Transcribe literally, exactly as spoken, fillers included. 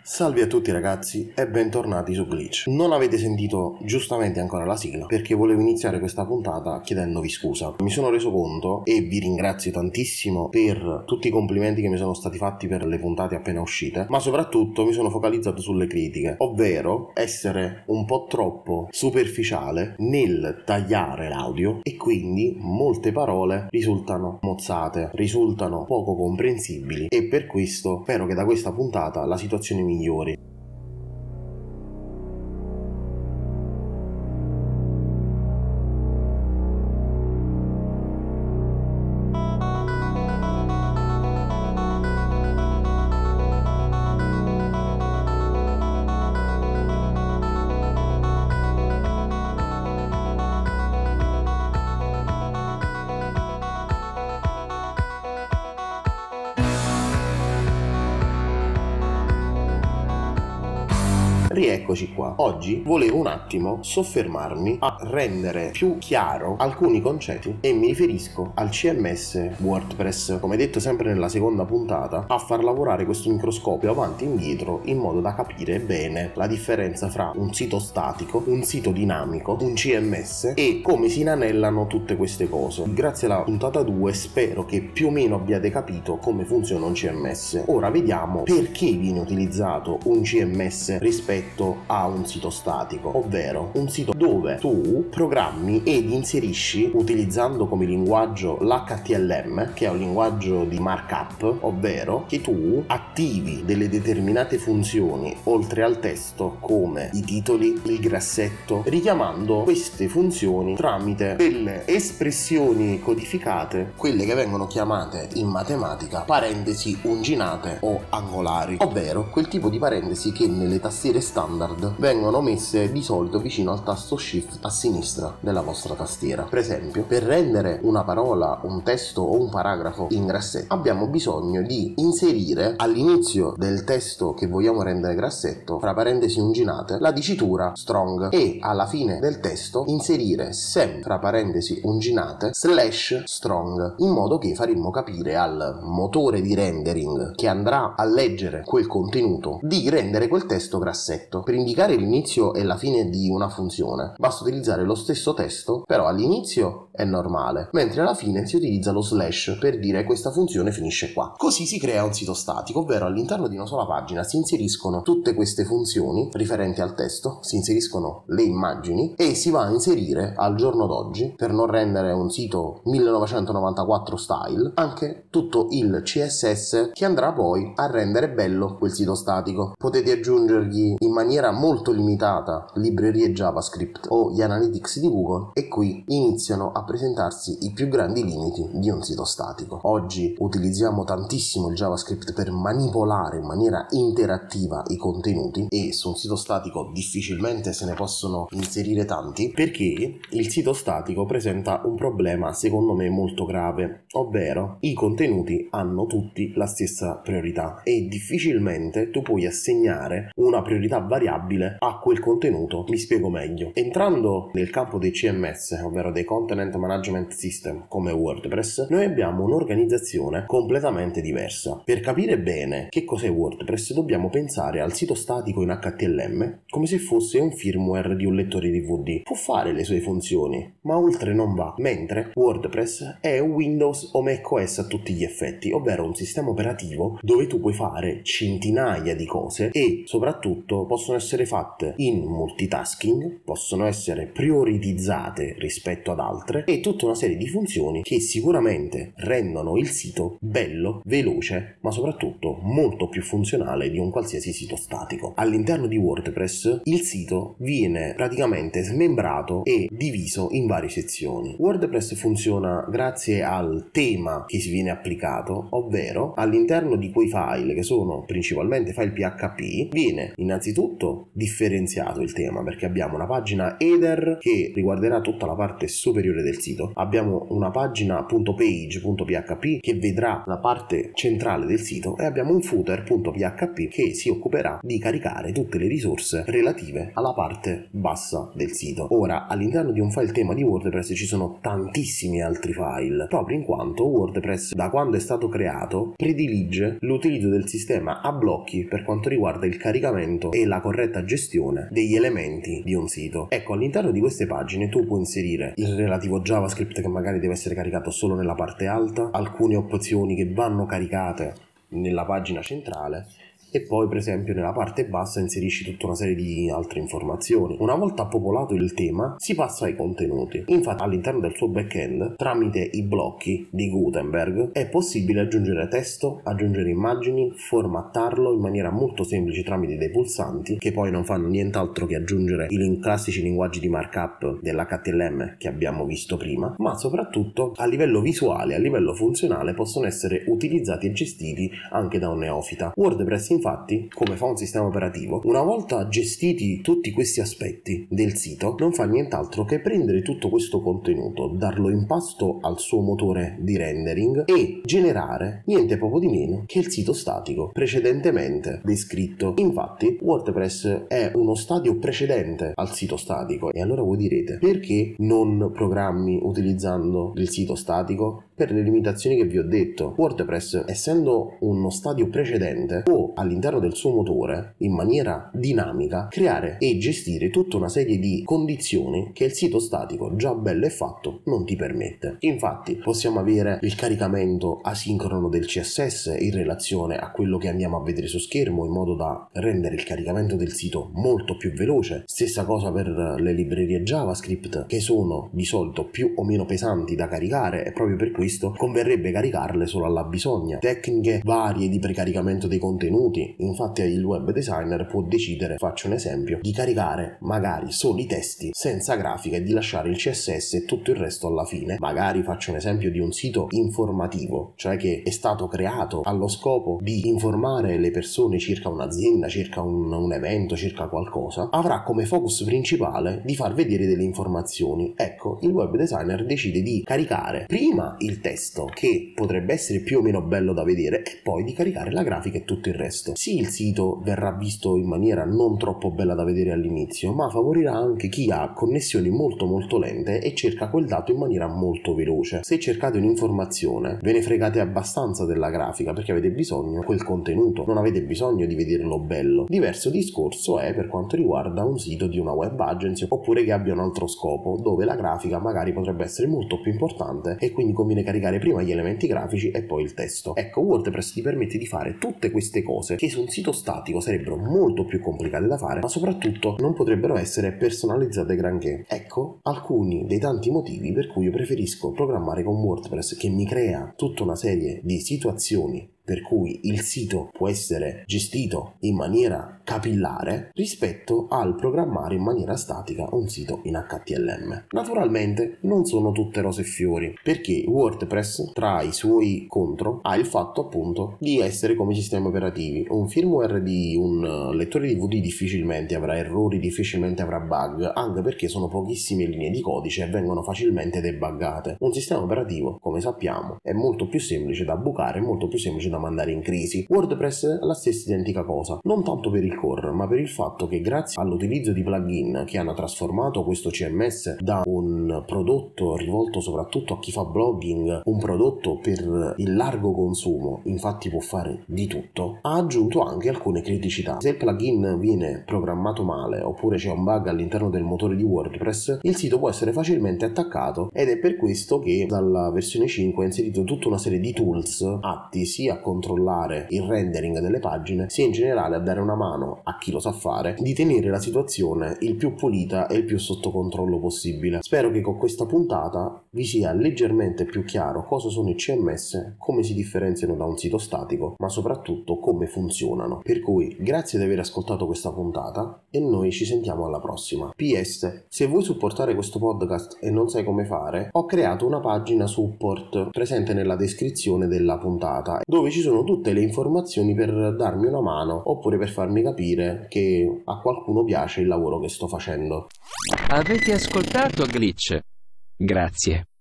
Salve a tutti ragazzi e bentornati su Glitch. Non avete sentito giustamente ancora la sigla perché volevo iniziare questa puntata chiedendovi scusa. Mi sono reso conto e vi ringrazio tantissimo per tutti i complimenti che mi sono stati fatti per le puntate appena uscite, ma soprattutto mi sono focalizzato sulle critiche, ovvero essere un po' troppo superficiale nel tagliare l'audio e quindi molte parole risultano mozzate, risultano poco comprensibili e per questo spero che da questa puntata la situazione migliori. Rieccoci qua. Oggi volevo un attimo soffermarmi a rendere più chiaro alcuni concetti e mi riferisco al C M S WordPress, come detto sempre nella seconda puntata, a far lavorare questo microscopio avanti e indietro in modo da capire bene la differenza fra un sito statico, un sito dinamico, un C M S e come si inanellano tutte queste cose. Grazie alla puntata due spero che più o meno abbiate capito come funziona un C M S. Ora vediamo perché viene utilizzato un C M S rispetto a un sito statico, ovvero un sito dove tu programmi ed inserisci utilizzando come linguaggio l'H T M L, che è un linguaggio di markup, ovvero che tu attivi delle determinate funzioni oltre al testo come i titoli, il grassetto, richiamando queste funzioni tramite delle espressioni codificate, quelle che vengono chiamate in matematica parentesi unginate o angolari, ovvero quel tipo di parentesi che nelle tastiere standard vengono messe di solito vicino al tasto shift a sinistra della vostra tastiera. Per esempio, per rendere una parola, un testo o un paragrafo in grassetto abbiamo bisogno di inserire all'inizio del testo che vogliamo rendere grassetto, fra parentesi unginate, la dicitura strong e alla fine del testo inserire sempre fra parentesi unginate slash strong, in modo che faremo capire al motore di rendering che andrà a leggere quel contenuto di rendere quel testo grassetto. Per indicare l'inizio e la fine di una funzione basta utilizzare lo stesso testo, però all'inizio è normale, mentre alla fine si utilizza lo slash per dire questa funzione finisce qua. Così si crea un sito statico, ovvero all'interno di una sola pagina si inseriscono tutte queste funzioni riferenti al testo, si inseriscono le immagini e si va a inserire al giorno d'oggi, per non rendere un sito millenovecentonovantaquattro style, anche tutto il C S S che andrà poi a rendere bello quel sito statico. Potete aggiungergli in maniera molto limitata librerie JavaScript o gli analytics di Google e qui iniziano a presentarsi i più grandi limiti di un sito statico. Oggi utilizziamo tantissimo il JavaScript per manipolare in maniera interattiva i contenuti e su un sito statico difficilmente se ne possono inserire tanti, perché il sito statico presenta un problema secondo me molto grave, ovvero i contenuti hanno tutti la stessa priorità e difficilmente tu puoi assegnare una priorità variabile a quel contenuto. Mi spiego meglio. Entrando nel campo dei C M S, ovvero dei Content Management System come WordPress, noi abbiamo un'organizzazione completamente diversa. Per capire bene che cos'è WordPress dobbiamo pensare al sito statico in H T M L come se fosse un firmware di un lettore D V D. Può fare le sue funzioni, ma oltre non va, mentre WordPress è un Windows o macOS a tutti gli effetti, ovvero un sistema operativo dove tu puoi fare centinaia di cose e soprattutto possono essere fatte in multitasking, possono essere prioritizzate rispetto ad altre e tutta una serie di funzioni che sicuramente rendono il sito bello, veloce, ma soprattutto molto più funzionale di un qualsiasi sito statico. All'interno di WordPress il sito viene praticamente smembrato e diviso in varie sezioni. WordPress funziona grazie al tema che si viene applicato, ovvero all'interno di quei file che sono principalmente file P H P viene innanzitutto innanzitutto differenziato il tema, perché abbiamo una pagina header che riguarderà tutta la parte superiore del sito, abbiamo una pagina .page.php che vedrà la parte centrale del sito e abbiamo un footer.php che si occuperà di caricare tutte le risorse relative alla parte bassa del sito. Ora, all'interno di un file tema di WordPress ci sono tantissimi altri file, proprio in quanto WordPress, da quando è stato creato, predilige l'utilizzo del sistema a blocchi per quanto riguarda il caricamento e la corretta gestione degli elementi di un sito. Ecco, all'interno di queste pagine tu puoi inserire il relativo JavaScript che magari deve essere caricato solo nella parte alta, alcune opzioni che vanno caricate nella pagina centrale, e poi per esempio nella parte bassa inserisci tutta una serie di altre informazioni. Una volta popolato il tema si passa ai contenuti. Infatti all'interno del suo backend, tramite i blocchi di Gutenberg, è possibile aggiungere testo, aggiungere immagini, formattarlo in maniera molto semplice tramite dei pulsanti che poi non fanno nient'altro che aggiungere i classici linguaggi di markup dell'H T M L che abbiamo visto prima, ma soprattutto a livello visuale, a livello funzionale possono essere utilizzati e gestiti anche da un neofita. WordPress infatti, come fa un sistema operativo, una volta gestiti tutti questi aspetti del sito, non fa nient'altro che prendere tutto questo contenuto, darlo in pasto al suo motore di rendering e generare niente poco di meno che il sito statico precedentemente descritto. Infatti WordPress è uno stadio precedente al sito statico. E allora voi direte, perché non programmi utilizzando il sito statico? Per le limitazioni che vi ho detto. WordPress, essendo uno stadio precedente, può all'interno del suo motore, in maniera dinamica, creare e gestire tutta una serie di condizioni che il sito statico, già bello e fatto, non ti permette. Infatti possiamo avere il caricamento asincrono del C S S in relazione a quello che andiamo a vedere su schermo, in modo da rendere il caricamento del sito molto più veloce. Stessa cosa per le librerie JavaScript, che sono di solito più o meno pesanti da caricare, e proprio per questo converrebbe caricarle solo alla bisogna. Tecniche varie di precaricamento dei contenuti. Infatti il web designer può decidere, faccio un esempio, di caricare magari solo i testi senza grafica e di lasciare il C S S e tutto il resto alla fine. Magari faccio un esempio di un sito informativo, cioè che è stato creato allo scopo di informare le persone circa un'azienda, circa un, un evento, circa qualcosa. Avrà come focus principale di far vedere delle informazioni. Ecco, il web designer decide di caricare prima il testo, che potrebbe essere più o meno bello da vedere, e poi di caricare la grafica e tutto il resto. Sì, il sito verrà visto in maniera non troppo bella da vedere all'inizio, ma favorirà anche chi ha connessioni molto molto lente e cerca quel dato in maniera molto veloce. Se cercate un'informazione, ve ne fregate abbastanza della grafica perché avete bisogno di quel contenuto, non avete bisogno di vederlo bello. Diverso discorso è per quanto riguarda un sito di una web agency, oppure che abbia un altro scopo, dove la grafica magari potrebbe essere molto più importante e quindi conviene caricare prima gli elementi grafici e poi il testo. Ecco, WordPress ti permette di fare tutte queste cose che su un sito statico sarebbero molto più complicate da fare, ma soprattutto non potrebbero essere personalizzate granché. Ecco alcuni dei tanti motivi per cui io preferisco programmare con WordPress, che mi crea tutta una serie di situazioni per cui il sito può essere gestito in maniera capillare, rispetto al programmare in maniera statica un sito in H T M L. Naturalmente non sono tutte rose e fiori, perché WordPress, tra i suoi contro, ha il fatto appunto di essere come sistemi operativi. Un firmware di un lettore D V D difficilmente avrà errori, difficilmente avrà bug, anche perché sono pochissime linee di codice e vengono facilmente debuggate. Un sistema operativo, come sappiamo, è molto più semplice da bucare, molto più semplice da mandare in crisi. WordPress è la stessa identica cosa, non tanto per il core, ma per il fatto che grazie all'utilizzo di plugin che hanno trasformato questo C M S da un prodotto rivolto soprattutto a chi fa blogging, un prodotto per il largo consumo, infatti può fare di tutto, ha aggiunto anche alcune criticità. Se il plugin viene programmato male, oppure c'è un bug all'interno del motore di WordPress, il sito può essere facilmente attaccato, ed è per questo che dalla versione cinque ha inserito tutta una serie di tools atti sia a controllare il rendering delle pagine, sia in generale a dare una mano a chi lo sa fare di tenere la situazione il più pulita e il più sotto controllo possibile. Spero che con questa puntata vi sia leggermente più chiaro cosa sono i C M S, come si differenziano da un sito statico, ma soprattutto come funzionano. Per cui grazie di aver ascoltato questa puntata e noi ci sentiamo alla prossima. P S: se vuoi supportare questo podcast e non sai come fare, ho creato una pagina support presente nella descrizione della puntata, dove ci ci sono tutte le informazioni per darmi una mano oppure per farmi capire che a qualcuno piace il lavoro che sto facendo. Avete ascoltato Glitch? Grazie.